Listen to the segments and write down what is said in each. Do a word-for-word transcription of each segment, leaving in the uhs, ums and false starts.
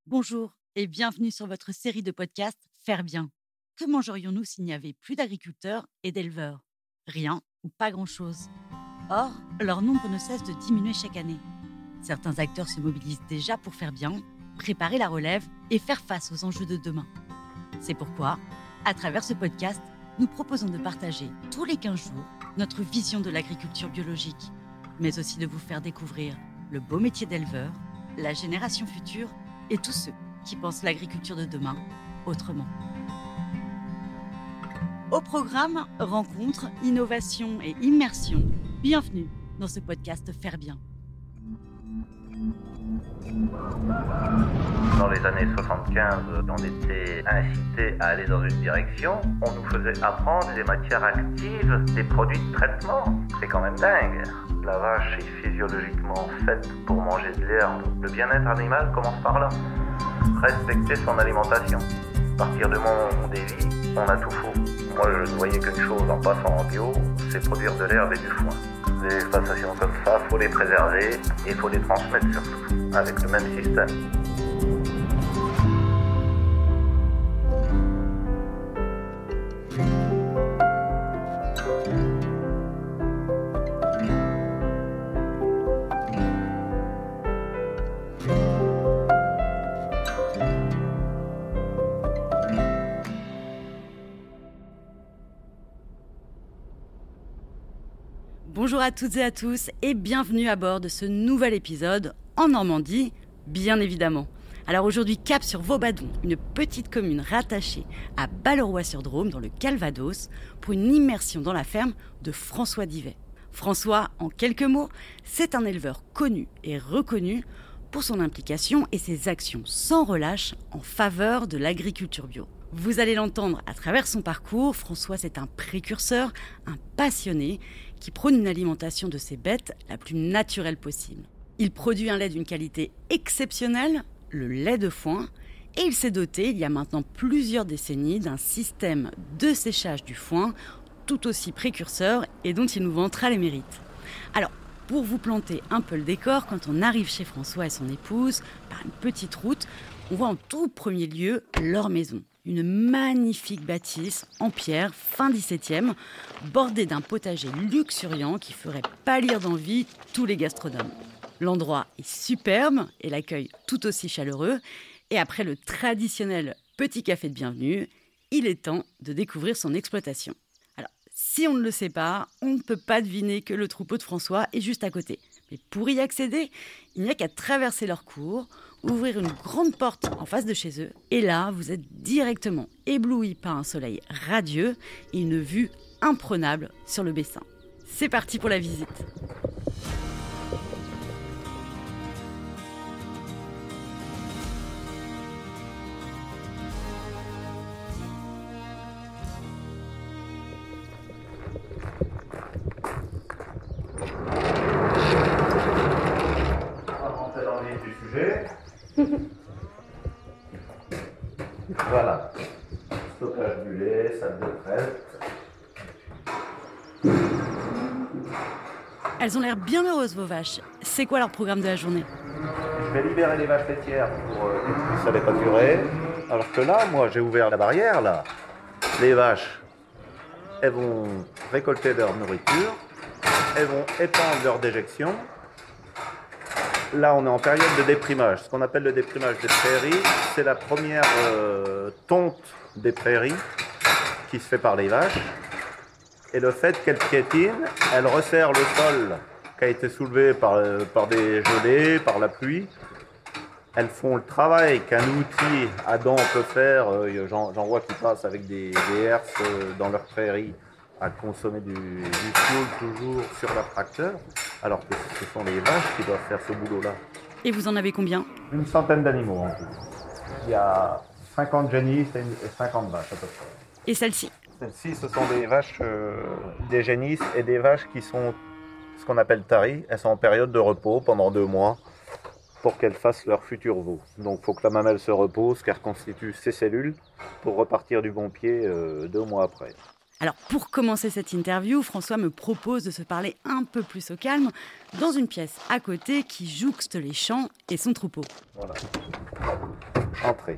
Bonjour et bienvenue sur votre série de podcasts Faire bien. Que mangerions-nous s'il n'y avait plus d'agriculteurs et d'éleveurs? Rien ou pas grand-chose. Or, leur nombre ne cesse de diminuer chaque année. Certains acteurs se mobilisent déjà pour faire bien, préparer la relève et faire face aux enjeux de demain. C'est pourquoi, à travers ce podcast, nous proposons de partager tous les quinze jours notre vision de l'agriculture biologique, mais aussi de vous faire découvrir le beau métier d'éleveur, la génération future et tous ceux qui pensent l'agriculture de demain autrement. Au programme, rencontres, innovation et immersion. Bienvenue dans ce podcast Faire bien. Dans les années soixante-quinze, on était incité à aller dans une direction. On nous faisait apprendre des matières actives, des produits de traitement. C'est quand même dingue. La vache est physiologiquement faite pour manger de l'herbe. Le bien-être animal commence par là. Respecter son alimentation. À partir du moment où on dévie, on a tout faux. Moi, je ne voyais qu'une chose en passant en bio, c'est produire de l'herbe et du foin. Des plantations comme ça, il faut les préserver et il faut les transmettre surtout, avec le même système. Bonjour à toutes et à tous et bienvenue à bord de ce nouvel épisode en Normandie, bien évidemment. Alors aujourd'hui, cap sur Vaubadon, une petite commune rattachée à Balleroy-sur-Drôme dans le Calvados pour une immersion dans la ferme de François Divet. François, en quelques mots, c'est un éleveur connu et reconnu pour son implication et ses actions sans relâche en faveur de l'agriculture bio. Vous allez l'entendre à travers son parcours, François c'est un précurseur, un passionné qui prône une alimentation de ses bêtes la plus naturelle possible. Il produit un lait d'une qualité exceptionnelle, le lait de foin, et il s'est doté il y a maintenant plusieurs décennies d'un système de séchage du foin tout aussi précurseur et dont il nous vantera les mérites. Alors, pour vous planter un peu le décor, quand on arrive chez François et son épouse, par une petite route, on voit en tout premier lieu leur maison. Une magnifique bâtisse en pierre, fin dix-septième, bordée d'un potager luxuriant qui ferait pâlir d'envie tous les gastronomes. L'endroit est superbe et l'accueil tout aussi chaleureux. Et après le traditionnel petit café de bienvenue, il est temps de découvrir son exploitation. Alors, si on ne le sait pas, on ne peut pas deviner que le troupeau de François est juste à côté. Mais pour y accéder, il n'y a qu'à traverser leur cour, ouvrir une grande porte en face de chez eux. Et là, vous êtes directement ébloui par un soleil radieux et une vue imprenable sur le Bessin. C'est parti pour la visite. Voilà, stockage du lait, salle de traite. Elles ont l'air bien heureuses, vos vaches. C'est quoi leur programme de la journée? Je vais libérer les vaches laitières pour euh, qu'elles puissent aller pâturer. Alors que là, moi, j'ai ouvert la barrière, là. Les vaches, elles vont récolter leur nourriture, elles vont épandre leur déjection. Là, on est en période de déprimage. Ce qu'on appelle le déprimage des prairies, c'est la première euh, tonte des prairies qui se fait par les vaches. Et le fait qu'elles piétinent, elles resserrent le sol qui a été soulevé par, par des gelées, par la pluie. Elles font le travail qu'un outil à dents peut faire. Euh, j'en, j'en vois qui passent avec des, des herses dans leurs prairies à consommer du, du fioul toujours sur leur tracteur, alors que ce sont les vaches qui doivent faire ce boulot-là. Et vous en avez combien? Une centaine d'animaux en tout. Il y a cinquante génisses et cinquante vaches à peu près. Et celle-ci? Celles-ci, ce sont des vaches, euh, des génisses et des vaches qui sont ce qu'on appelle taries. Elles sont en période de repos pendant deux mois pour qu'elles fassent leur futur veau. Donc il faut que la mamelle se repose, qu'elle reconstitue ses cellules pour repartir du bon pied euh, deux mois après. Alors, pour commencer cette interview, François me propose de se parler un peu plus au calme dans une pièce à côté qui jouxte les champs et son troupeau. Voilà. Entrez.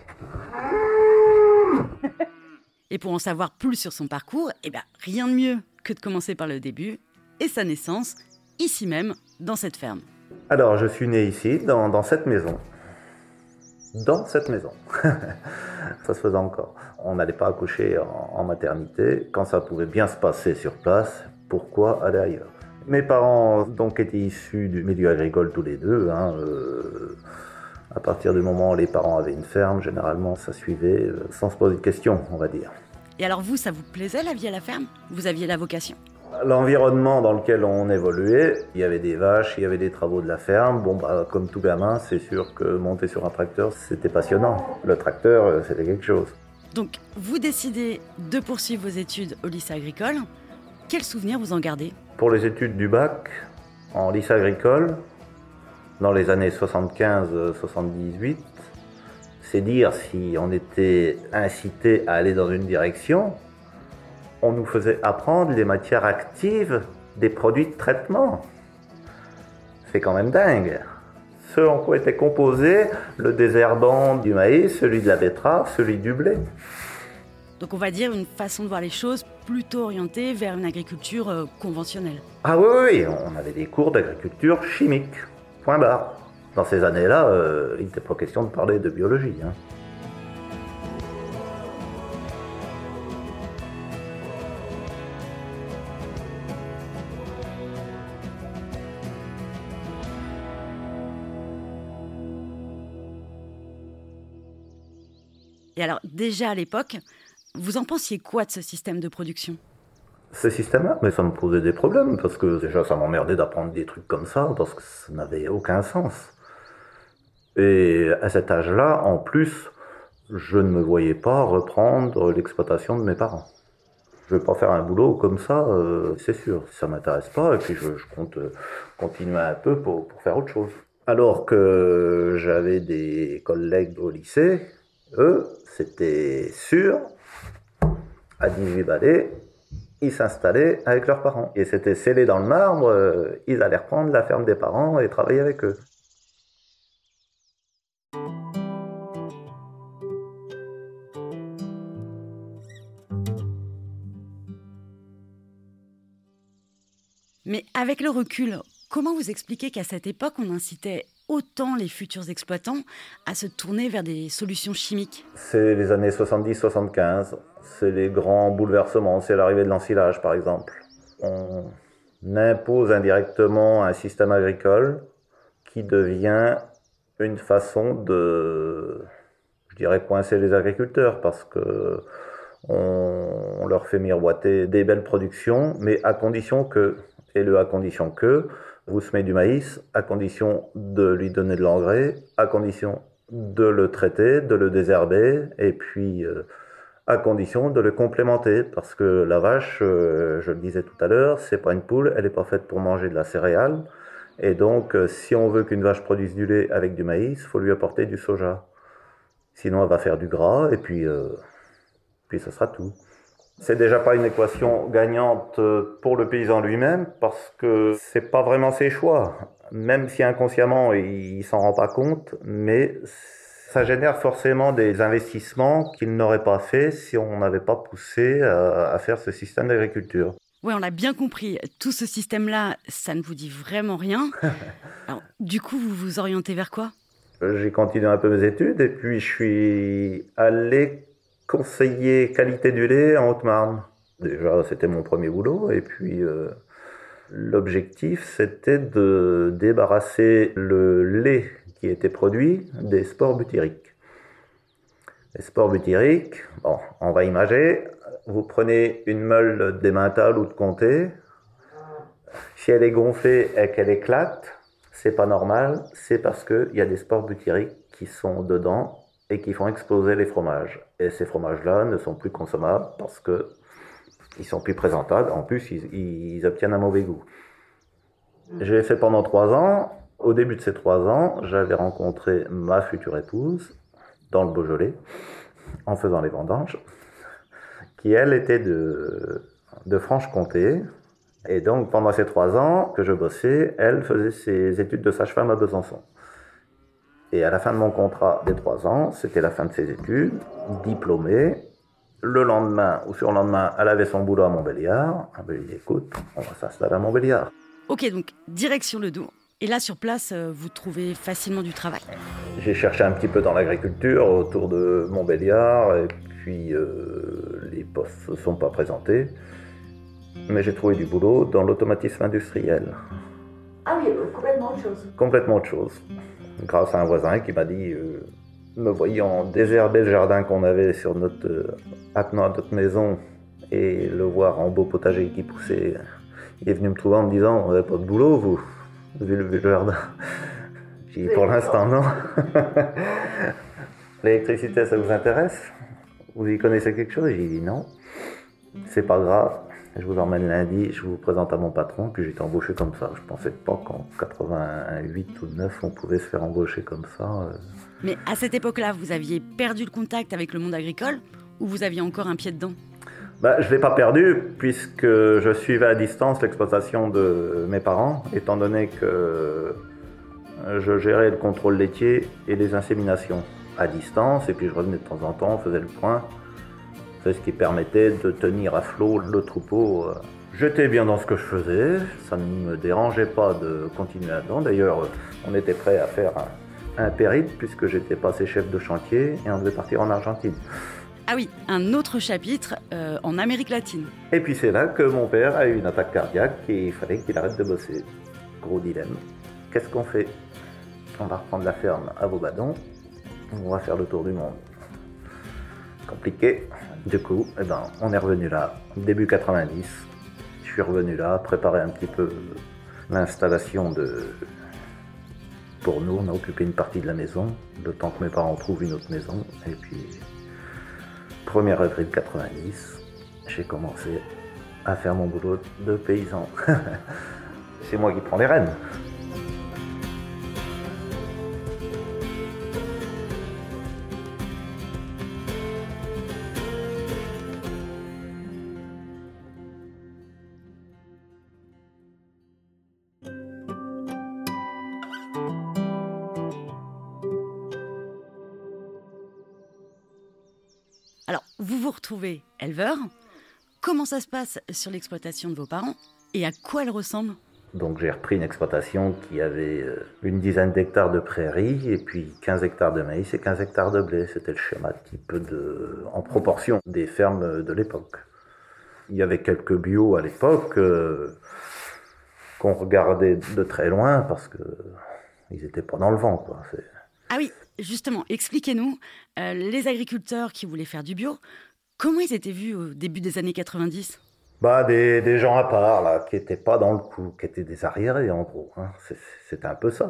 Et pour en savoir plus sur son parcours, eh ben, rien de mieux que de commencer par le début et sa naissance, ici même, dans cette ferme. Alors, je suis né ici, dans, dans cette maison. Dans cette maison. Ça se faisait encore. On n'allait pas accoucher en, en maternité. Quand ça pouvait bien se passer sur place, pourquoi aller ailleurs? Mes parents donc étaient issus du milieu agricole tous les deux. Hein, euh, à partir du moment où les parents avaient une ferme, généralement ça suivait euh, sans se poser de questions, on va dire. Et alors vous, ça vous plaisait la vie à la ferme? Vous aviez la vocation? L'environnement dans lequel on évoluait, il y avait des vaches, il y avait des travaux de la ferme. Bon, bah, comme tout gamin, c'est sûr que monter sur un tracteur, c'était passionnant. Le tracteur, c'était quelque chose. Donc, vous décidez de poursuivre vos études au lycée agricole. Quels souvenirs vous en gardez? Pour les études du bac, en lycée agricole, dans les années soixante-quinze soixante-dix-huit, c'est dire si on était incité à aller dans une direction. On nous faisait apprendre les matières actives des produits de traitement. C'est quand même dingue. Ce en quoi était composé le désherbant du maïs, celui de la betterave, celui du blé. Donc on va dire une façon de voir les choses plutôt orientée vers une agriculture euh, conventionnelle. Ah oui, oui, oui, on avait des cours d'agriculture chimique, point barre. Dans ces années-là, euh, il n'était pas question de parler de biologie. Hein. Et alors déjà à l'époque, vous en pensiez quoi de ce système de production? Ce système-là, mais ça me posait des problèmes, parce que déjà ça m'emmerdait d'apprendre des trucs comme ça, parce que ça n'avait aucun sens. Et à cet âge-là, en plus, je ne me voyais pas reprendre l'exploitation de mes parents. Je ne vais pas faire un boulot comme ça, euh, c'est sûr, ça ne m'intéresse pas, et puis je, je compte continuer un peu pour, pour faire autre chose. Alors que j'avais des collègues au lycée, eux, c'était sûr, à dix-huit balais, ils s'installaient avec leurs parents. Et c'était scellé dans le marbre, euh, ils allaient reprendre la ferme des parents et travailler avec eux. Mais avec le recul, comment vous expliquez qu'à cette époque, on incitait autant les futurs exploitants à se tourner vers des solutions chimiques? C'est les années soixante-dix soixante-quinze, c'est les grands bouleversements, c'est l'arrivée de l'ensilage par exemple. On impose indirectement un système agricole qui devient une façon de, je dirais, coincer les agriculteurs parce que on, on leur fait miroiter des belles productions, mais à condition que, et le à condition que, vous semez du maïs, à condition de lui donner de l'engrais, à condition de le traiter, de le désherber, et puis euh, à condition de le complémenter, parce que la vache, euh, je le disais tout à l'heure, c'est pas une poule, elle n'est pas faite pour manger de la céréale, et donc euh, si on veut qu'une vache produise du lait avec du maïs, il faut lui apporter du soja. Sinon elle va faire du gras, et puis, euh, puis ça sera tout. C'est déjà pas une équation gagnante pour le paysan lui-même parce que c'est pas vraiment ses choix. Même si inconsciemment il s'en rend pas compte, mais ça génère forcément des investissements qu'il n'aurait pas fait si on n'avait pas poussé à, à faire ce système d'agriculture. Oui, on l'a bien compris. Tout ce système-là, ça ne vous dit vraiment rien. Alors, du coup, vous vous orientez vers quoi? J'ai continué un peu mes études et puis je suis allé conseiller qualité du lait en Haute-Marne. Déjà, c'était mon premier boulot. Et puis, euh, l'objectif, c'était de débarrasser le lait qui était produit des spores butyriques. Les spores butyriques, bon, on va imager. Vous prenez une meule d'emmental ou de comté. Si elle est gonflée et qu'elle éclate, c'est pas normal. C'est parce qu'il y a des spores butyriques qui sont dedans et qui font exploser les fromages. Et ces fromages-là ne sont plus consommables parce qu'ils sont plus présentables. En plus, ils, ils obtiennent un mauvais goût. J'ai fait pendant trois ans. Au début de ces trois ans, j'avais rencontré ma future épouse dans le Beaujolais, en faisant les vendanges, qui elle était de, de Franche-Comté. Et donc pendant ces trois ans que je bossais, elle faisait ses études de sage-femme à Besançon. Et à la fin de mon contrat des trois ans, c'était la fin de ses études, diplômée. Le lendemain ou sur le lendemain, elle avait son boulot à Montbéliard. Ah ben, il dit, écoute, on va s'installer à Montbéliard. Ok, donc direction le Doubs. Et là, sur place, vous trouvez facilement du travail. J'ai cherché un petit peu dans l'agriculture autour de Montbéliard, et puis euh, les postes ne se sont pas présentés. Mais j'ai trouvé du boulot dans l'automatisme industriel. Ah oui, complètement autre chose. Complètement autre chose. Grâce à un voisin qui m'a dit, euh, me voyant désherber le jardin qu'on avait sur notre euh, attenant à notre maison et le voir en beau potager qui poussait, il est venu me trouver en me disant, vous n'avez pas de boulot, vous, vu le, vu le jardin. J'ai dit, pour l'instant, non. L'électricité, ça vous intéresse? Vous y connaissez quelque chose? J'ai dit non. C'est pas grave. Je vous emmène lundi, je vous présente à mon patron, puis j'ai été embauché comme ça. Je pensais pas qu'en quatre-vingt-huit ou neuf, on pouvait se faire embaucher comme ça. Mais à cette époque-là, vous aviez perdu le contact avec le monde agricole ou vous aviez encore un pied dedans? Bah, je ne l'ai pas perdu, puisque je suivais à distance l'exploitation de mes parents, étant donné que je gérais le contrôle laitier et les inséminations à distance, et puis je revenais de temps en temps, on faisait le point. C'est ce qui permettait de tenir à flot le troupeau. J'étais bien dans ce que je faisais, ça ne me dérangeait pas de continuer là-dedans. D'ailleurs, on était prêt à faire un, un périple, puisque j'étais passé chef de chantier, et on devait partir en Argentine. Ah oui, un autre chapitre euh, en Amérique latine. Et puis c'est là que mon père a eu une attaque cardiaque et il fallait qu'il arrête de bosser. Gros dilemme. Qu'est-ce qu'on fait? On va reprendre la ferme à Vaubadon, on va faire le tour du monde. Compliqué. Du coup, eh ben, on est revenu là, début quatre-vingt-dix. Je suis revenu là, préparer un petit peu l'installation de... Pour nous, on a occupé une partie de la maison, le temps que mes parents trouvent une autre maison. Et puis, premier avril quatre-vingt-dix, j'ai commencé à faire mon boulot de paysan. C'est moi qui prends les rênes. Alors, vous vous retrouvez éleveur. Comment ça se passe sur l'exploitation de vos parents et à quoi elle ressemble? Donc j'ai repris une exploitation qui avait une dizaine d'hectares de prairies et puis quinze hectares de maïs et quinze hectares de blé. C'était le schéma type de, en proportion des fermes de l'époque. Il y avait quelques bio à l'époque euh, qu'on regardait de très loin parce qu'ils n'étaient pas dans le vent, quoi. C'est... Ah oui, justement, expliquez-nous, euh, les agriculteurs qui voulaient faire du bio, comment ils étaient vus au début des années quatre-vingt-dix? Bah, des, des gens à part, là, qui n'étaient pas dans le coup, qui étaient des arriérés, en gros. Hein. C'est, c'était un peu ça.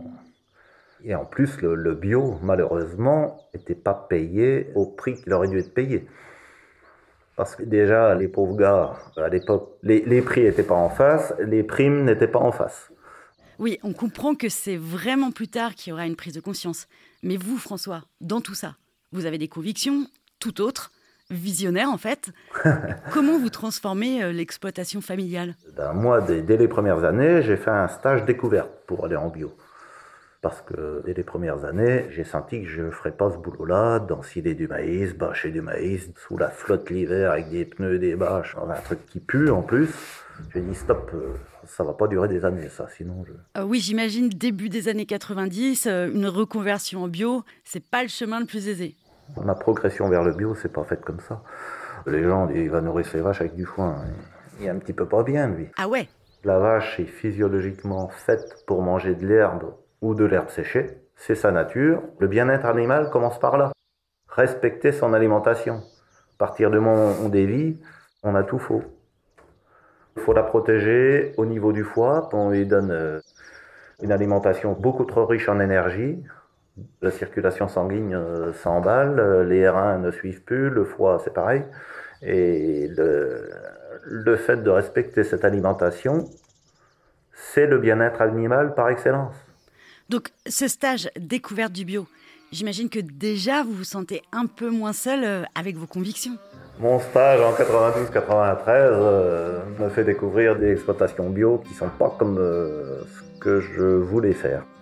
Et en plus, le, le bio, malheureusement, n'était pas payé au prix qu'il aurait dû être payé. Parce que déjà, les pauvres gars, à l'époque, les, les prix n'étaient pas en face, les primes n'étaient pas en face. Oui, on comprend que c'est vraiment plus tard qu'il y aura une prise de conscience. Mais vous, François, dans tout ça, vous avez des convictions tout autres, visionnaires en fait. Comment vous transformez l'exploitation familiale? Ben, moi, dès, dès les premières années, j'ai fait un stage découverte pour aller en bio. Parce que dès les premières années, j'ai senti que je ne ferais pas ce boulot-là, d'ensiler du maïs, bâcher du maïs, sous la flotte l'hiver avec des pneus et des bâches, un truc qui pue en plus. J'ai dit stop, ça va pas durer des années ça, sinon je... Euh, oui, j'imagine début des années quatre-vingt-dix, euh, une reconversion en bio, c'est pas le chemin le plus aisé. Ma progression vers le bio, c'est pas faite comme ça. Les gens disent il va nourrir ses vaches avec du foin. Il est un petit peu pas bien lui. Ah ouais? La vache est physiologiquement faite pour manger de l'herbe ou de l'herbe séchée. C'est sa nature. Le bien-être animal commence par là. Respecter son alimentation. À partir du moment où on dévie, on a tout faux. Il faut la protéger au niveau du foie. On lui donne une alimentation beaucoup trop riche en énergie. La circulation sanguine s'emballe, les reins ne suivent plus, le foie c'est pareil. Et le, le fait de respecter cette alimentation, c'est le bien-être animal par excellence. Donc ce stage découverte du bio, j'imagine que déjà vous vous sentez un peu moins seul avec vos convictions. Mon stage en quatre-vingt-douze quatre-vingt-treize euh, me fait découvrir des exploitations bio qui ne sont pas comme euh, ce que je voulais faire. Ah,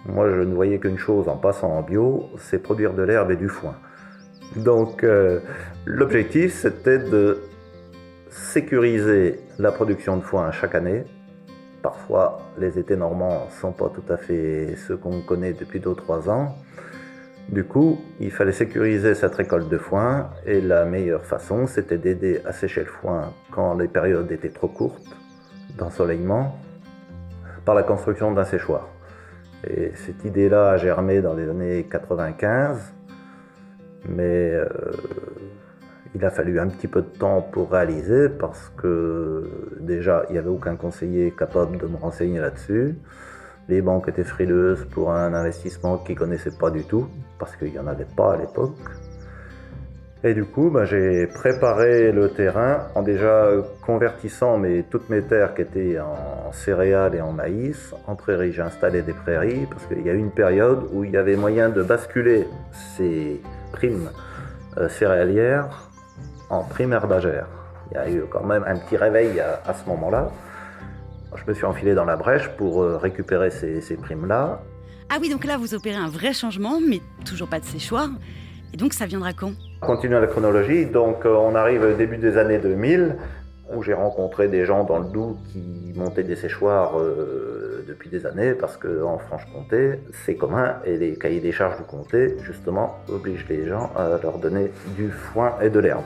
Moi, je ne voyais qu'une chose en passant en bio, c'est produire de l'herbe et du foin. Donc, euh, l'objectif, c'était de sécuriser la production de foin chaque année. Parfois, les étés normands ne sont pas tout à fait ceux qu'on connaît depuis deux ou trois ans. Du coup, il fallait sécuriser cette récolte de foin et la meilleure façon, c'était d'aider à sécher le foin quand les périodes étaient trop courtes d'ensoleillement par la construction d'un séchoir. Et cette idée-là a germé dans les années quatre-vingt-quinze, mais euh, il a fallu un petit peu de temps pour réaliser parce que déjà, il n'y avait aucun conseiller capable de me renseigner là-dessus. Les banques étaient frileuses pour un investissement qu'ils ne connaissaient pas du tout, parce qu'il n'y en avait pas à l'époque. Et du coup, ben, j'ai préparé le terrain en déjà convertissant mes, toutes mes terres qui étaient en céréales et en maïs. En prairie, j'ai installé des prairies, parce qu'il y a eu une période où il y avait moyen de basculer ces primes euh, céréalières en primes herbagères. Il y a eu quand même un petit réveil à, à ce moment-là. Je me suis enfilé dans la brèche pour récupérer ces, ces primes-là. Ah oui, donc là, vous opérez un vrai changement, mais toujours pas de séchoir. Et donc, ça viendra quand ? Continuons la chronologie. Donc, on arrive au début des années deux mille, où j'ai rencontré des gens dans le Doubs qui montaient des séchoirs euh, depuis des années, parce qu'en Franche-Comté, c'est commun, et les cahiers des charges du comté, justement, obligent les gens à leur donner du foin et de l'herbe.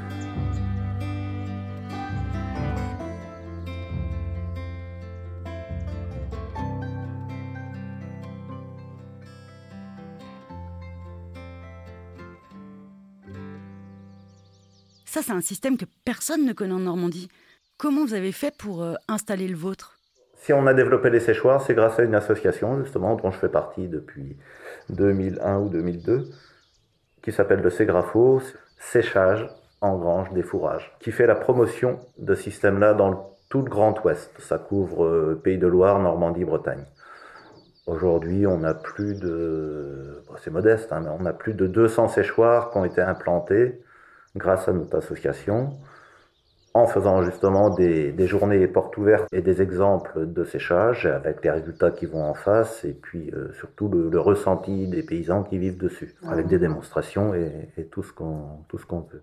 Ça, c'est un système que personne ne connaît en Normandie. Comment vous avez fait pour euh, installer le vôtre ? Si on a développé les séchoirs, c'est grâce à une association, justement, dont je fais partie depuis deux mille un ou deux mille deux, qui s'appelle le Ségrafo, Séchage en grange des fourrages, qui fait la promotion de ce système-là dans le, tout le Grand Ouest. Ça couvre euh, Pays de Loire, Normandie, Bretagne. Aujourd'hui, on a plus de... Bon, c'est modeste, hein, mais on a plus de deux cents séchoirs qui ont été implantés grâce à notre association, en faisant justement des, des journées portes ouvertes et des exemples de séchage avec les résultats qui vont en face et puis euh, surtout le, le ressenti des paysans qui vivent dessus, ouais. Avec des démonstrations et, et tout ce qu'on, tout ce qu'on veut.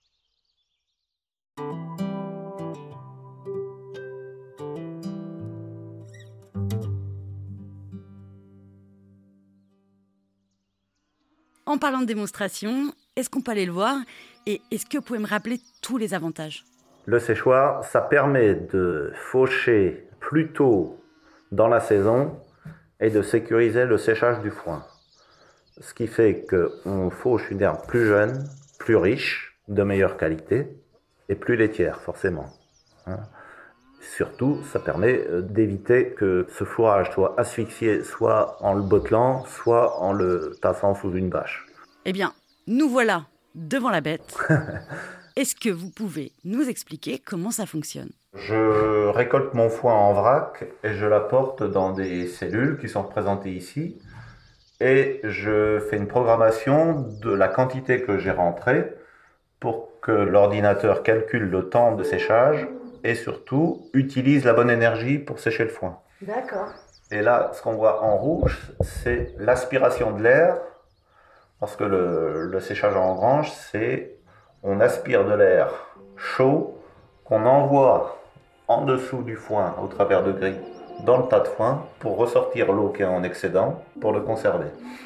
En parlant de démonstration, est-ce qu'on peut aller le voir ? Et est-ce que vous pouvez me rappeler tous les avantages ? Le séchoir, ça permet de faucher plus tôt dans la saison et de sécuriser le séchage du foin. Ce qui fait qu'on fauche une herbe plus jeune, plus riche, de meilleure qualité et plus laitière, forcément. Hein. Surtout, ça permet d'éviter que ce fourrage soit asphyxié soit en le bottelant, soit en le tassant sous une bâche. Eh bien, nous voilà devant la bête. Est-ce que vous pouvez nous expliquer comment ça fonctionne ? Je récolte mon foin en vrac et je l'apporte dans des cellules qui sont représentées ici. Et je fais une programmation de la quantité que j'ai rentrée pour que l'ordinateur calcule le temps de séchage et surtout utilise la bonne énergie pour sécher le foin. D'accord. Et là, ce qu'on voit en rouge, c'est l'aspiration de l'air, parce que le, le séchage en grange, c'est on aspire de l'air chaud qu'on envoie en dessous du foin au travers de grilles dans le tas de foin pour ressortir l'eau qui est en excédent pour le conserver.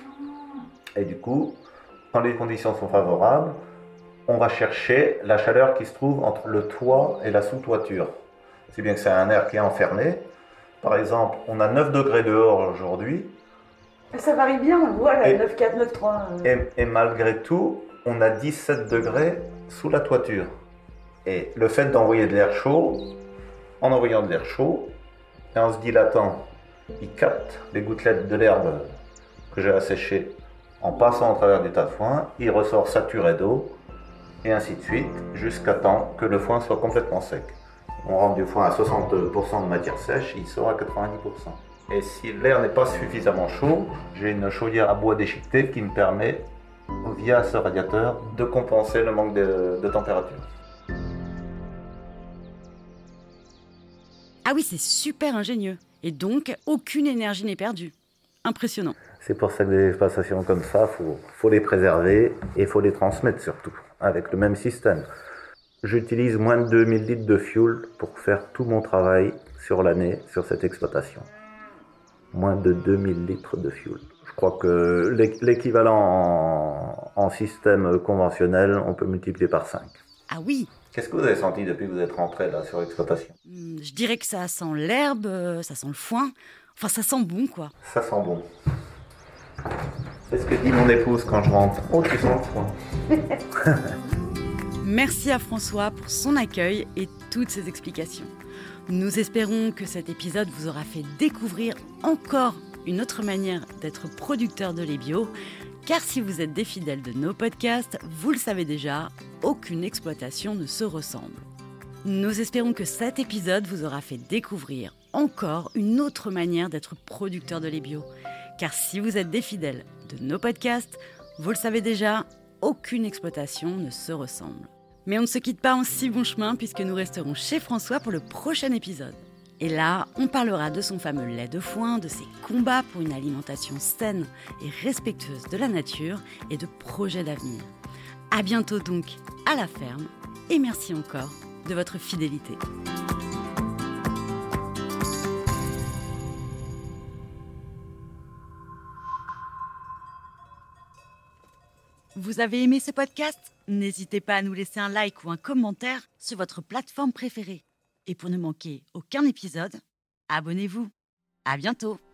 Et du coup, quand les conditions sont favorables, on va chercher la chaleur qui se trouve entre le toit et la sous-toiture. C'est bien que c'est un air qui est enfermé. Par exemple, on a neuf degrés dehors aujourd'hui. Ça varie bien, on le voit là, neuf virgule quatre, neuf virgule trois. Et, et malgré tout, on a dix-sept degrés sous la toiture. Et le fait d'envoyer de l'air chaud, en envoyant de l'air chaud, et en se dilatant, il capte les gouttelettes de l'herbe que j'ai asséchées en passant au travers du tas de foin, il ressort saturé d'eau, et ainsi de suite, jusqu'à temps que le foin soit complètement sec. On rentre du foin à soixante pour cent de matière sèche, il sort à quatre-vingt-dix pour cent. Et si l'air n'est pas suffisamment chaud, j'ai une chaudière à bois déchiqueté qui me permet, via ce radiateur, de compenser le manque de, de température. Ah oui, c'est super ingénieux. Et donc, aucune énergie n'est perdue. impressionnant. C'est pour ça que des exploitations comme ça, il faut, faut les préserver et il faut les transmettre surtout, avec le même système. J'utilise moins de deux mille litres de fuel pour faire tout mon travail sur l'année, sur cette exploitation. Moins de deux mille litres de fuel. Je crois que l'équivalent en, en système conventionnel, on peut multiplier par cinq. Ah oui. Qu'est-ce que vous avez senti depuis que vous êtes rentré là sur l'exploitation ? Je dirais que ça sent l'herbe, ça sent le foin. Enfin, ça sent bon, quoi. Ça sent bon. C'est ce que dit mon épouse quand je rentre. Oh, tu sens le foin. Merci à François pour son accueil et toutes ses explications. Nous espérons que cet épisode vous aura fait découvrir encore une autre manière d'être producteur de lait bio, car si vous êtes des fidèles de nos podcasts, vous le savez déjà, aucune exploitation ne se ressemble. Nous espérons que cet épisode vous aura fait découvrir encore une autre manière d'être producteur de lait bio, car si vous êtes des fidèles de nos podcasts, vous le savez déjà, aucune exploitation ne se ressemble. Mais on ne se quitte pas en si bon chemin puisque nous resterons chez François pour le prochain épisode. Et là, on parlera de son fameux lait de foin, de ses combats pour une alimentation saine et respectueuse de la nature et de projets d'avenir. À bientôt donc à la ferme et merci encore de votre fidélité. Vous avez aimé ce podcast ? N'hésitez pas à nous laisser un like ou un commentaire sur votre plateforme préférée. Et pour ne manquer aucun épisode, abonnez-vous. À bientôt.